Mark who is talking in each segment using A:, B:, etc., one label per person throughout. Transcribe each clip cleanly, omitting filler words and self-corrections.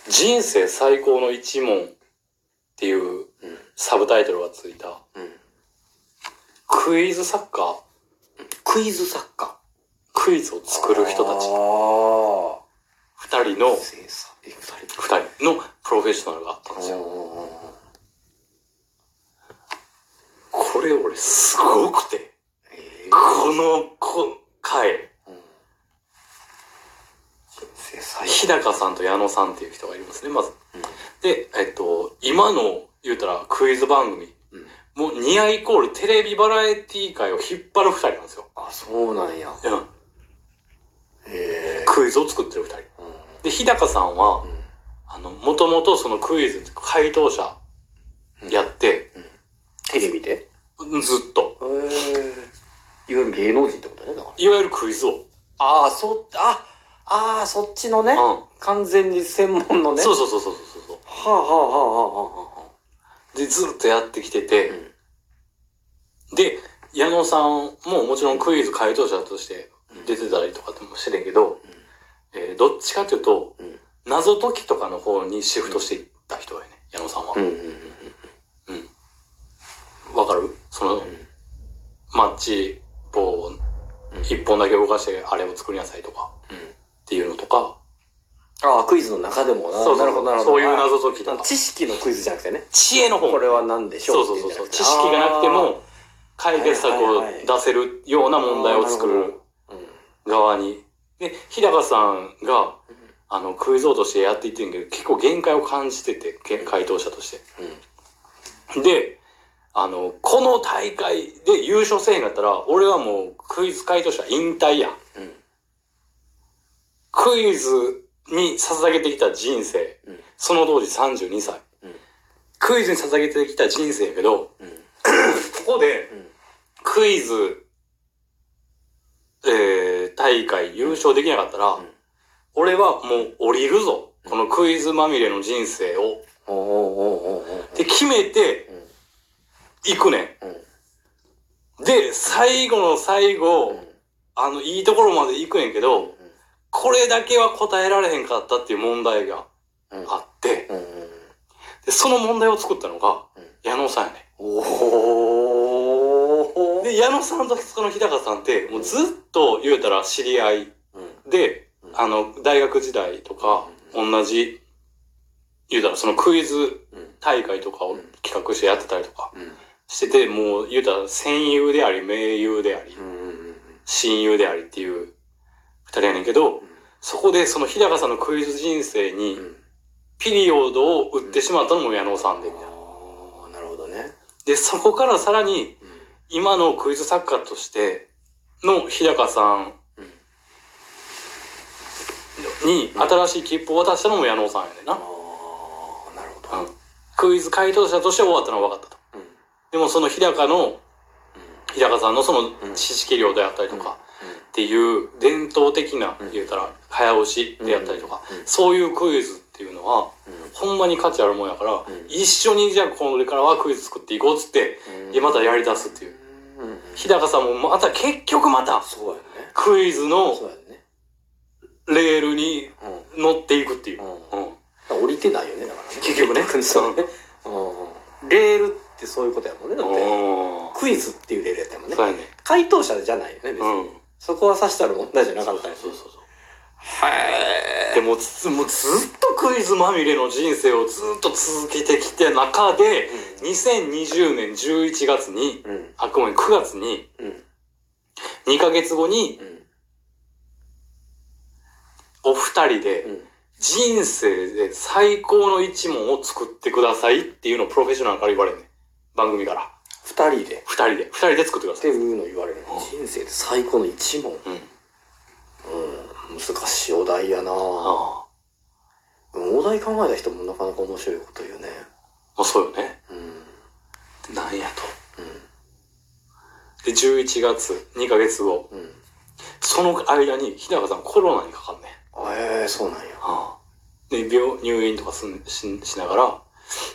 A: 人生最高の一問っていうサブタイトルがついた、クイズ作家、
B: クイズ作家、
A: クイズを作る人たち、二人のプロフェッショナルがあったんですよ。これ俺すごくて、この回、日高さんと矢野さんっていう人がいますね、まず。で、今の言うたらクイズ番組、もうニアイコールテレビバラエティ界を引っ張る二人なんですよ。
B: あ、そうなんや。
A: クイズを作ってる二人。で、日高さんは、もともとそのクイズ回答者やって、
B: テレビで
A: ずっと。
B: いわゆる芸能人ってことね、だから。
A: いわゆるクイズを。
B: そっちのね、完全に専門のね。
A: そう。
B: はあ。
A: で、ずっとやってきてて、で、矢野さんももちろんクイズ回答者として出てたりとかってもしてるけど、どっちかというと、謎解きとかの方にシフトしていった人がね、矢野さんは。わかる？その、マッチ棒を一本だけ動かしてあれを作りなさいとか、っていうのとか。
B: クイズの中でもな。
A: そう、なるほど。そういう謎解きとか。
B: 知識のクイズじゃなくてね。
A: 知恵の方。
B: これは何でしょう。
A: そう。知識がなくても、解決策を出せるような問題を作る側に。で、日高さんが、クイズ王としてやっていってるけど、結構限界を感じてて、回答者として。で、この大会で優勝せえへんかったら、俺はもうクイズ回答者引退や。クイズに捧げてきた人生、その当時32歳。クイズに捧げてきた人生やけど、ここで、クイズ、大会優勝できなかったら、俺はもう降りるぞ。このクイズまみれの人生を。で、決めて、行くねん。で、最後の最後、いいところまで行くねんけど、これだけは答えられへんかったっていう問題があって、で、その問題を作ったのが、矢野さんやね。で、矢野さんとその日高さんって、もうずっと言うたら知り合いで、大学時代とか、同じ、言うたらそのクイズ大会とかを企画してやってたりとかしてて、もう言うたら戦友であり、盟友であり、親友でありっていう二人やねんけど、そこでその日高さんのクイズ人生に、ピリオドを打ってしまったのも矢野さんで、みたいな。
B: なるほどね。
A: で、そこからさらに、今のクイズ作家としての日高さんに新しい切符を渡したのも矢野さんやねんな。
B: なるほど。
A: クイズ回答者として終わったのは分かったと。でもその日高さんのその知識量であったりとか、っていう伝統的な、言うたら、早押しであったりとか、そういうクイズっていうのは、ほんまに価値あるもんやから、一緒にじゃあこれからはクイズ作っていこうっつって、またやり出すっていう。日高さんもまた結局また、クイズのレールに乗っていくっていう。
B: 降りてないよね、だからね。
A: 結局ね。
B: そうね。レールってそういうことやもんね。だってクイズっていうレールやったもんね。
A: そうやね。
B: 回答者じゃないよね、別に。そこはさしたら問題じゃなかったよね。
A: そう。でもずっとクイズまみれの人生をずっと続けてきた中で、2020年11月に、ごめん、9月に、2ヶ月後に、お二人で、人生で最高の一問を作ってくださいっていうのをプロフェッショナルから言われるね。番組から。
B: 二人で
A: 作ってください。
B: っていうの言われるの。人生で最高の一問。難しいお題やなぁ。お題考えた人もなかなか面白いこと言うね。
A: そうよね。なんやと。で、11月、2ヶ月後。その間に、日高さんコロナにかかんね。
B: そうなんや。
A: で、入院とかしながら、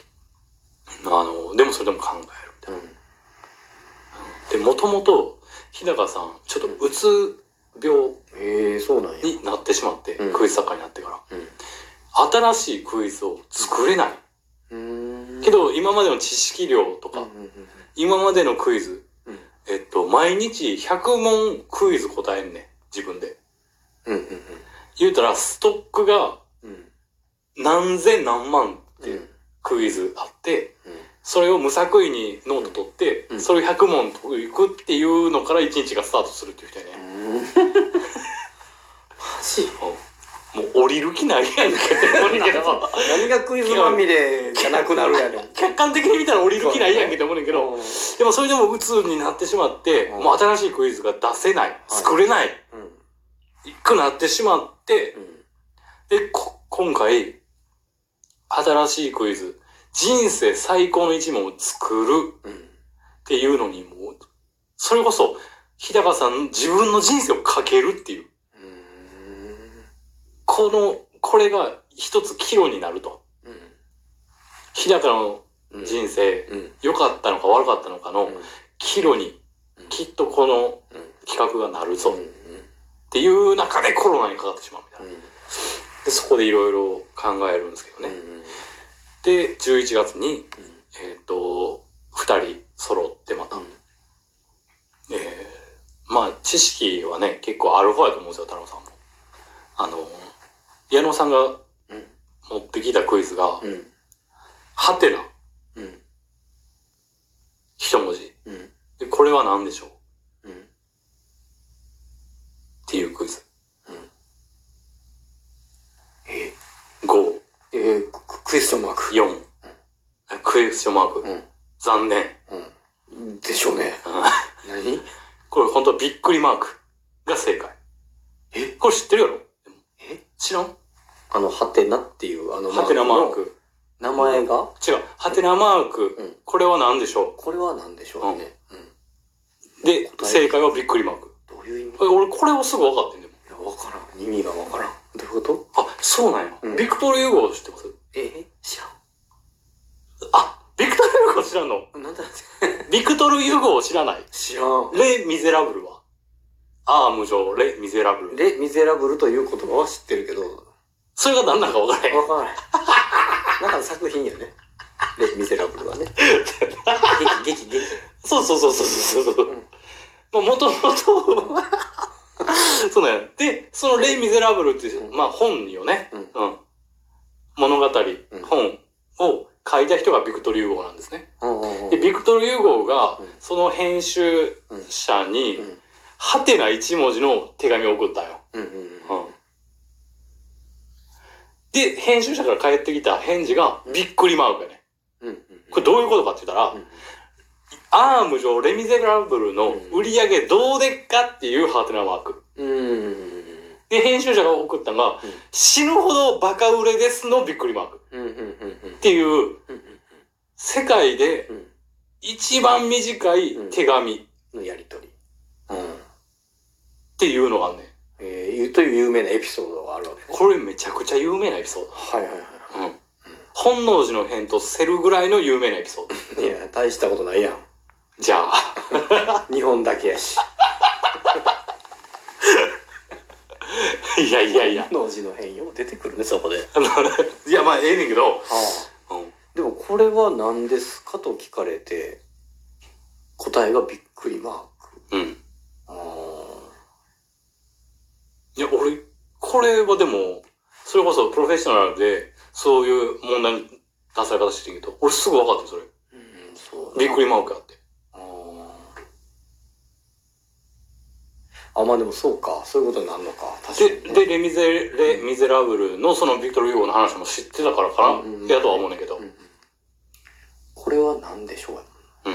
A: でもそれでも考えるみたいな。で、もともと、日高さん、ちょっとうつ病になってしまって、クイズ作家になってから。 新しいクイズを作れない。けど、今までの知識量とか、今までのクイズ、毎日100問クイズ答えんねん。自分で。言うたら、ストックが、何千何万ってクイズあって、それを無作為にノート取って、それを100問解くっていうのから1日がスタートするっていう人やね。
B: マジ？
A: もう降りる気ないやんけって思うけど。
B: 何がクイズまみれじゃなくなるやねん。
A: 客観的に見たら降りる気ないやんけって思うねんけど、でもそれでも鬱になってしまって、もう新しいクイズが出せない、作れない、くなってしまって、で、今回、新しいクイズ、人生最高の一問を作るっていうのにもう、それこそ、日高さん自分の人生をかけるっていう。これが一つ岐路になると。日高の人生、良かったのか悪かったのかの岐路に、きっとこの企画がなるぞ。っていう中でコロナにかかってしまうみたいな。で、そこでいろいろ考えるんですけどね。で、11月に、2人揃ってまた。まあ、知識はね、結構ある方やと思うんですよ、太郎さんも。矢野さんが持ってきたクイズが、はてな。一文字。で、これは何でしょうっていうクイズ。5。
B: クエスチョンマーク。
A: 4。クエスチョンマーク。残念。
B: でしょうね。何？
A: これ本当はびっくりマークが正解。これ知ってるやろ？知らん？
B: はてなっていう、
A: はてなマーク。
B: 名前が？
A: 違う。はてなマーク。これは何でしょう？
B: これは何でしょうね。
A: で、正解はびっくりマーク。
B: どういう意味？
A: 俺、これをすぐ分かってんでも。
B: いや、分からん。意味が分からん。どういうこと？
A: あ、そうなんや。ビクトル・ユゴー知ってます？
B: 知らん。
A: あ、ビクトル・ユゴー知らんの？
B: なんだ
A: ビクトル・ユゴー知らない？
B: 知らん。
A: レ・ミゼラブルは？アーム上、レ・ミゼラブル。
B: レ・ミゼラブルという言葉は知ってるけど、
A: それが何なのか分からへん。
B: 分からない。なんかの作品やね。レ・ミゼラブルはね。劇。
A: そう。もともと、そうなんや。で、そのレイ・ミゼラブルって、まあ本よね。物語、本を書いた人がビクトル・ユゴーなんですね。で、ビクトル・ユゴーが、その編集者に、はてな一文字の手紙を送ったよ。で、編集者から返ってきた返事が、びっくりマークやね。これどういうことかって言ったら、アーム上レ・ミゼラブルの売り上げどうでっかっていうハテナマーク。で、編集者が送ったのが、死ぬほどバカ売れですのびっくりマーク。っていう、世界で一番短い手紙
B: のやりとり。
A: っていうのがあんねん。
B: という有名なエピソードがあるわけ。
A: これめちゃくちゃ有名なエピソード。
B: はい。
A: 本能寺の変と競るぐらいの有名なエピソード。
B: いや、大したことないやん。
A: じゃあ。
B: 日本だけやし。
A: いや。
B: 本能寺の変よ。出てくるね、そこで。
A: いや、まあ、ええねんけど。
B: でも、これは何ですかと聞かれて、答えがびっくりマーク。いや、俺、これはでも、それこそプロフェッショナルで、そういう問題の出され方してるけど、俺すぐ分かったそれ。びっくりマークあって。まあでもそうか。そういうことになるのか。確かに、ね。
A: で、レ・ミゼラブルのそのビクトル・ユゴーの話も知ってたからかな、やとは思うんだけど。
B: これは何でしょ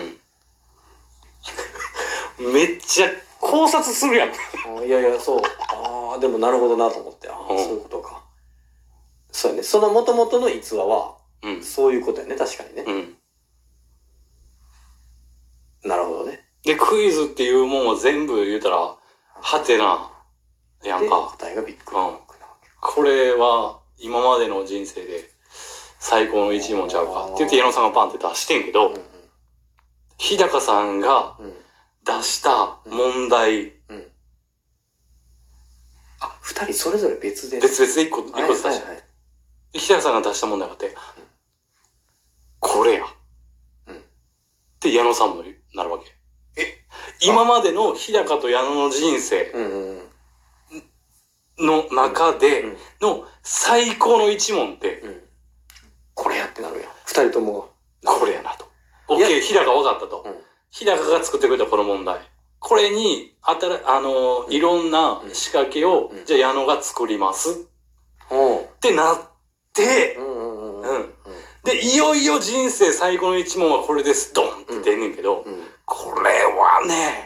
A: うめっちゃ考察するやん。
B: いや、そう。でもなるほどなと思って。そういうことか。そうやね。その元々の逸話は、そういうことやね。確かにね。なるほどね。
A: で、クイズっていうもんは全部言うたら、はてな、やんか。
B: 答えがびっくり。
A: これは、今までの人生で、最高の一問ちゃうか。って言って矢野さんがパンって出してんけど、日高さんが出した問題、
B: 二人それぞれ別で。
A: 別々で一個ずつ出した。 日高さんが出した問題があって、これや。って矢野さんもなるわけ。今までの日高と矢野の人生の中での最高の一問って、
C: これやってなるやん。二人とも。
A: これやなと。OK、日高分かったと。日高が作ってくれたこの問題。これに、いろんな仕掛けを、じゃあ矢野が作ります。ってなって、で、いよいよ人生最高の一問はこれです。ドンって出んねんけど、これはね、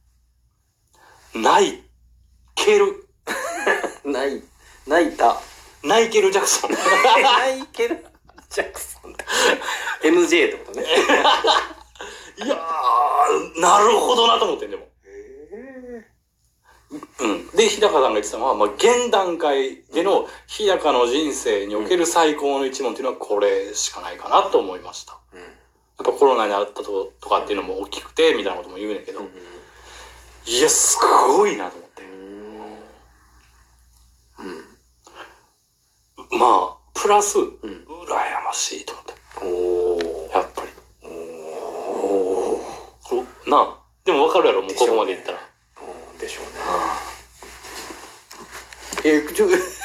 A: 泣ける。
C: 泣いた。
A: 泣いけるジャクソン。
C: 泣けるジャクソン。NJ ってことね。
A: いやー、なるほどなと思ってん、でも。で、日高さんが言ってたのは、現段階での日高の人生における最高の一問っていうのはこれしかないかなと思いました。やっぱコロナにあったとかっていうのも大きくて、みたいなことも言うねんけど、いや、すごいなと思って。プラス、羨ましいと思って。やっぱり。なあ。でも分かるやろ、もうここまでいったら。
C: でしょうね。